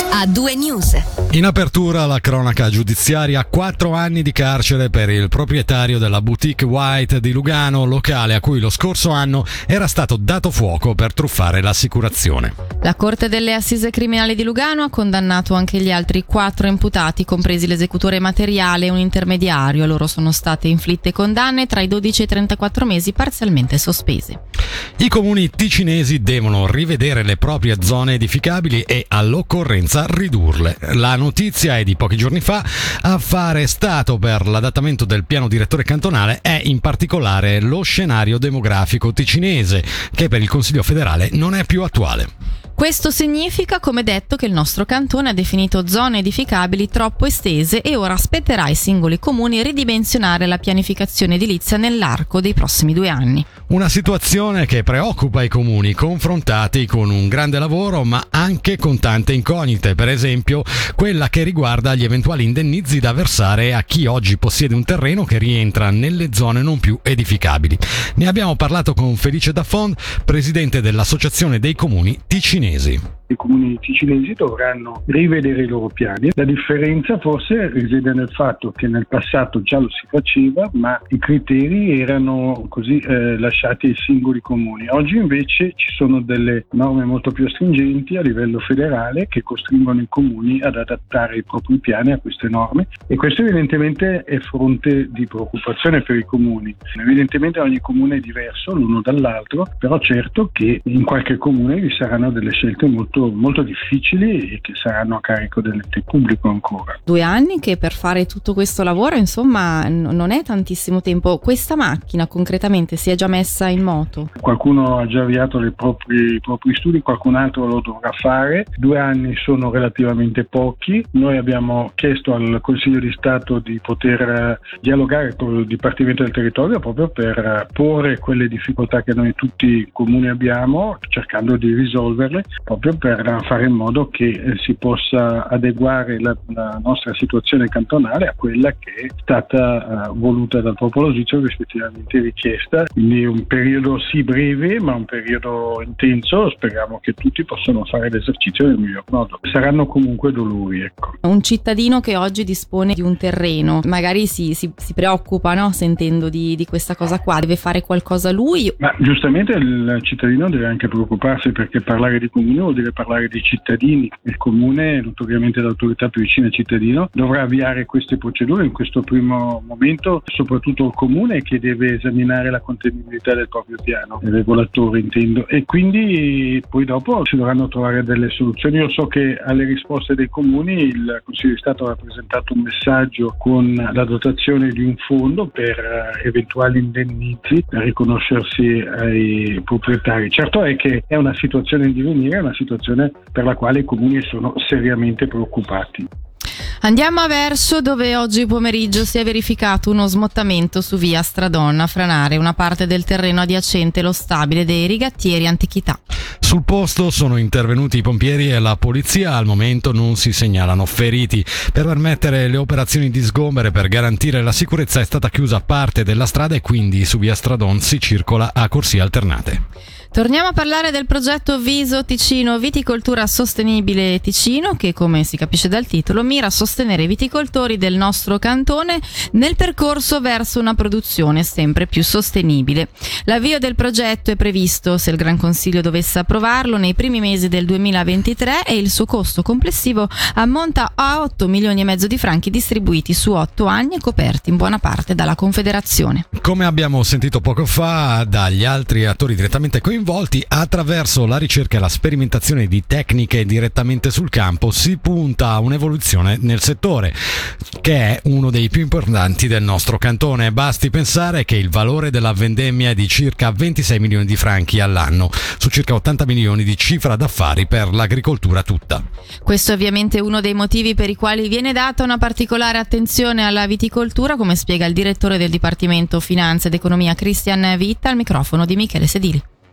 a 2 News. In apertura la cronaca giudiziaria, 4 anni di carcere per il proprietario della boutique White di Lugano, locale a cui lo scorso anno era stato dato fuoco per truffare l'assicurazione. La Corte delle Assise Criminali di Lugano ha condannato anche gli altri 4 imputati, compresi l'esecutore materiale e un intermediario. A loro sono state inflitte condanne tra i 12 e i 34 mesi parzialmente sospese. I comuni ticinesi devono rivedere le proprie zone edificabili e all'occorrenza ridurle. La notizia è di pochi giorni fa. A fare stato per l'adattamento del piano direttore cantonale è in particolare lo scenario demografico ticinese, che per il Consiglio federale non è più attuale. Questo significa, come detto, che il nostro cantone ha definito zone edificabili troppo estese e ora aspetterà ai singoli comuni ridimensionare la pianificazione edilizia nell'arco dei prossimi 2 anni. Una situazione che preoccupa i comuni, confrontati con un grande lavoro ma anche con tante incognite, per esempio quella che riguarda gli eventuali indennizi da versare a chi oggi possiede un terreno che rientra nelle zone non più edificabili. Ne abbiamo parlato con Felice Daffon, presidente dell'Associazione dei Comuni Ticinesi. I comuni ticinesi dovranno rivedere i loro piani. La differenza forse risiede nel fatto che nel passato già lo si faceva, ma i criteri erano così lasciati ai singoli comuni. Oggi invece ci sono delle norme molto più stringenti a livello federale che costringono i comuni ad adattare i propri piani a queste norme, e questo evidentemente è fonte di preoccupazione per i comuni. Evidentemente ogni comune è diverso l'uno dall'altro, però certo che in qualche comune vi saranno delle scelte molto difficili e che saranno a carico dell'ente pubblico ancora. 2 anni che per fare tutto questo lavoro, insomma, non è tantissimo tempo. Questa macchina concretamente si è già messa in moto? Qualcuno ha già avviato i propri studi, qualcun altro lo dovrà fare. 2 anni sono relativamente pochi. Noi abbiamo chiesto al Consiglio di Stato di poter dialogare con il Dipartimento del Territorio proprio per porre quelle difficoltà che noi tutti i comuni abbiamo, cercando di risolverle, proprio per fare in modo che si possa adeguare la nostra situazione cantonale a quella che è stata voluta dal popolo svizzero, rispettivamente richiesta. Quindi un periodo sì breve, ma un periodo intenso. Speriamo che tutti possano fare l'esercizio nel miglior modo. Saranno comunque dolori, ecco. Un cittadino che oggi dispone di un terreno magari si preoccupa, no? Sentendo di questa cosa qua, deve fare qualcosa lui? Ma giustamente il cittadino deve anche preoccuparsi, perché parlare di comune vuol dire parlare di cittadini. Il comune, notoriamente l'autorità più vicina al cittadino, dovrà avviare queste procedure. In questo primo momento soprattutto il comune che deve esaminare la contenibilità del proprio piano, il regolatore intendo, e quindi poi dopo si dovranno trovare delle soluzioni. Io so che alle risposte dei comuni il Consiglio di Stato ha presentato un messaggio con la dotazione di un fondo per eventuali indennizi da riconoscersi ai proprietari. Certo è che è una situazione in divenire, è una situazione per la quale i comuni sono seriamente preoccupati. Andiamo a Verso, dove oggi pomeriggio si è verificato uno smottamento su via Stradonna a Franare, una parte del terreno adiacente lo stabile dei rigattieri Antichità. Sul posto sono intervenuti i pompieri e la polizia. Al momento non si segnalano feriti. Per permettere le operazioni di sgombero e per garantire la sicurezza è stata chiusa parte della strada e quindi su via Stradon si circola a corsie alternate. Torniamo a parlare del progetto Viso Ticino, Viticoltura Sostenibile Ticino, che, come si capisce dal titolo, mira a sostenere i viticoltori del nostro cantone nel percorso verso una produzione sempre più sostenibile. L'avvio del progetto è previsto, se il Gran Consiglio dovesse approvarlo, nei primi mesi del 2023 e il suo costo complessivo ammonta a 8 milioni e mezzo di franchi distribuiti su 8 anni e coperti in buona parte dalla Confederazione. Come abbiamo sentito poco fa dagli altri attori direttamente coinvolti, attraverso la ricerca e la sperimentazione di tecniche direttamente sul campo si punta a un'evoluzione nel settore, che è uno dei più importanti del nostro cantone. Basti pensare che il valore della vendemmia è di circa 26 milioni di franchi all'anno, su circa 80 milioni di cifra d'affari per l'agricoltura tutta. Questo è ovviamente uno dei motivi per i quali viene data una particolare attenzione alla viticoltura, come spiega il direttore del Dipartimento Finanza ed Economia Christian Vitta al microfono di Michele Sedili.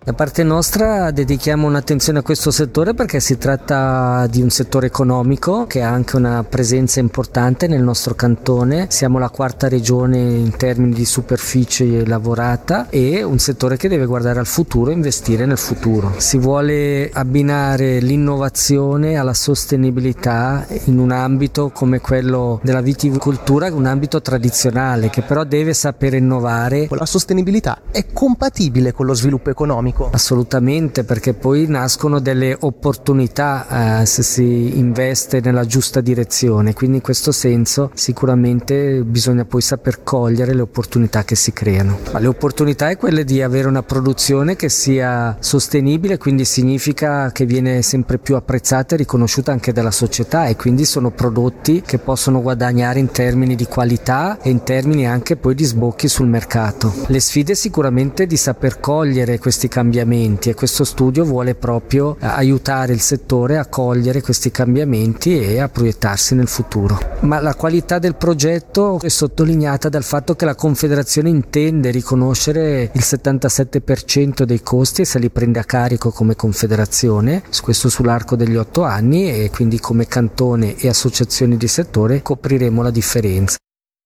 Da parte nostra dedichiamo un'attenzione a questo settore perché si tratta di un settore economico che ha anche una presenza importante nel nostro cantone. Siamo la quarta regione in termini di superficie lavorata e un settore che deve guardare al futuro e investire nel futuro. Si vuole abbinare l'innovazione alla sostenibilità in un ambito come quello della viticoltura, un ambito tradizionale che però deve sapere innovare. La sostenibilità è compatibile con lo sviluppo economico? Assolutamente, perché poi nascono delle opportunità se si investe nella giusta direzione, quindi in questo senso sicuramente bisogna poi saper cogliere le opportunità che si creano. Ma le opportunità è quelle di avere una produzione che sia sostenibile, quindi significa che viene sempre più apprezzata e riconosciuta anche dalla società, e quindi sono prodotti che possono guadagnare in termini di qualità e in termini anche poi di sbocchi sul mercato. Le sfide sicuramente di saper cogliere questi cambiamenti, e questo studio vuole proprio aiutare il settore a cogliere questi cambiamenti e a proiettarsi nel futuro. Ma la qualità del progetto è sottolineata dal fatto che la Confederazione intende riconoscere il 77% dei costi e se li prende a carico come Confederazione, questo sull'arco degli 8 anni, e quindi come cantone e associazioni di settore copriremo la differenza.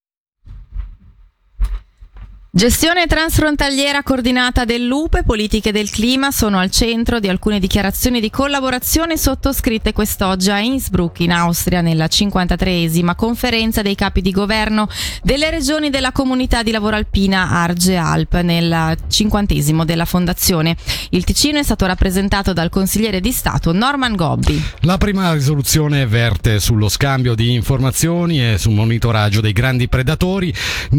Gestione transfrontaliera coordinata dell'UPE, politiche del clima sono al centro di alcune dichiarazioni di collaborazione sottoscritte quest'oggi a Innsbruck in Austria nella 53esima conferenza dei capi di governo delle regioni della comunità di lavoro alpina Arge Alp nel 50esimo della fondazione. Il Ticino è stato rappresentato dal consigliere di Stato Norman Gobbi. La prima risoluzione verte sullo scambio di informazioni e sul monitoraggio dei grandi predatori,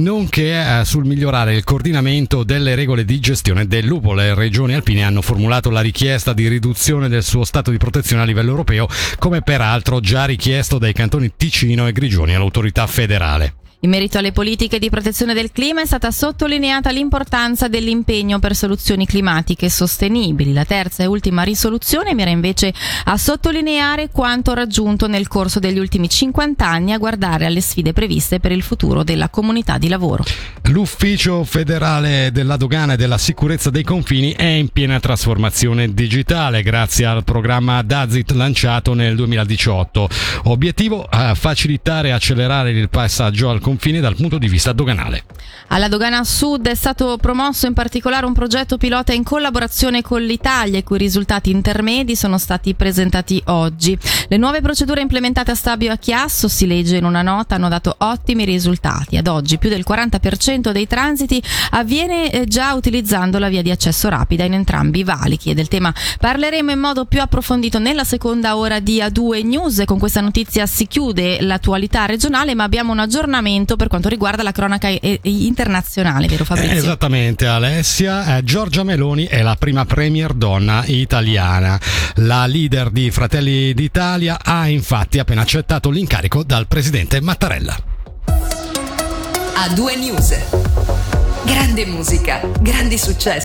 nonché sul migliorare il coordinamento delle regole di gestione del lupo. Le regioni alpine hanno formulato la richiesta di riduzione del suo stato di protezione a livello europeo, come peraltro già richiesto dai cantoni Ticino e Grigioni all'autorità federale. In merito alle politiche di protezione del clima è stata sottolineata l'importanza dell'impegno per soluzioni climatiche sostenibili. La terza e ultima risoluzione mira invece a sottolineare quanto raggiunto nel corso degli ultimi 50 anni, a guardare alle sfide previste per il futuro della comunità di lavoro. L'Ufficio federale della dogana e della sicurezza dei confini è in piena trasformazione digitale grazie al programma DAZIT lanciato nel 2018. Obiettivo: facilitare e accelerare il passaggio al confine dal punto di vista doganale. Alla Dogana Sud è stato promosso in particolare un progetto pilota in collaborazione con l'Italia, i cui risultati intermedi sono stati presentati oggi. Le nuove procedure implementate a Stabio e a Chiasso, si legge in una nota, hanno dato ottimi risultati. Ad oggi più del 40% dei transiti avviene già utilizzando la via di accesso rapida in entrambi i valichi, e del tema parleremo in modo più approfondito nella seconda ora di A2 News. Con questa notizia si chiude l'attualità regionale, ma abbiamo un aggiornamento per quanto riguarda la cronaca internazionale, vero Fabrizio? Esattamente, Alessia. Giorgia Meloni è la prima premier donna italiana. La leader di Fratelli d'Italia ha infatti appena accettato l'incarico dal presidente Mattarella. A2 News. Grande musica, grandi successi.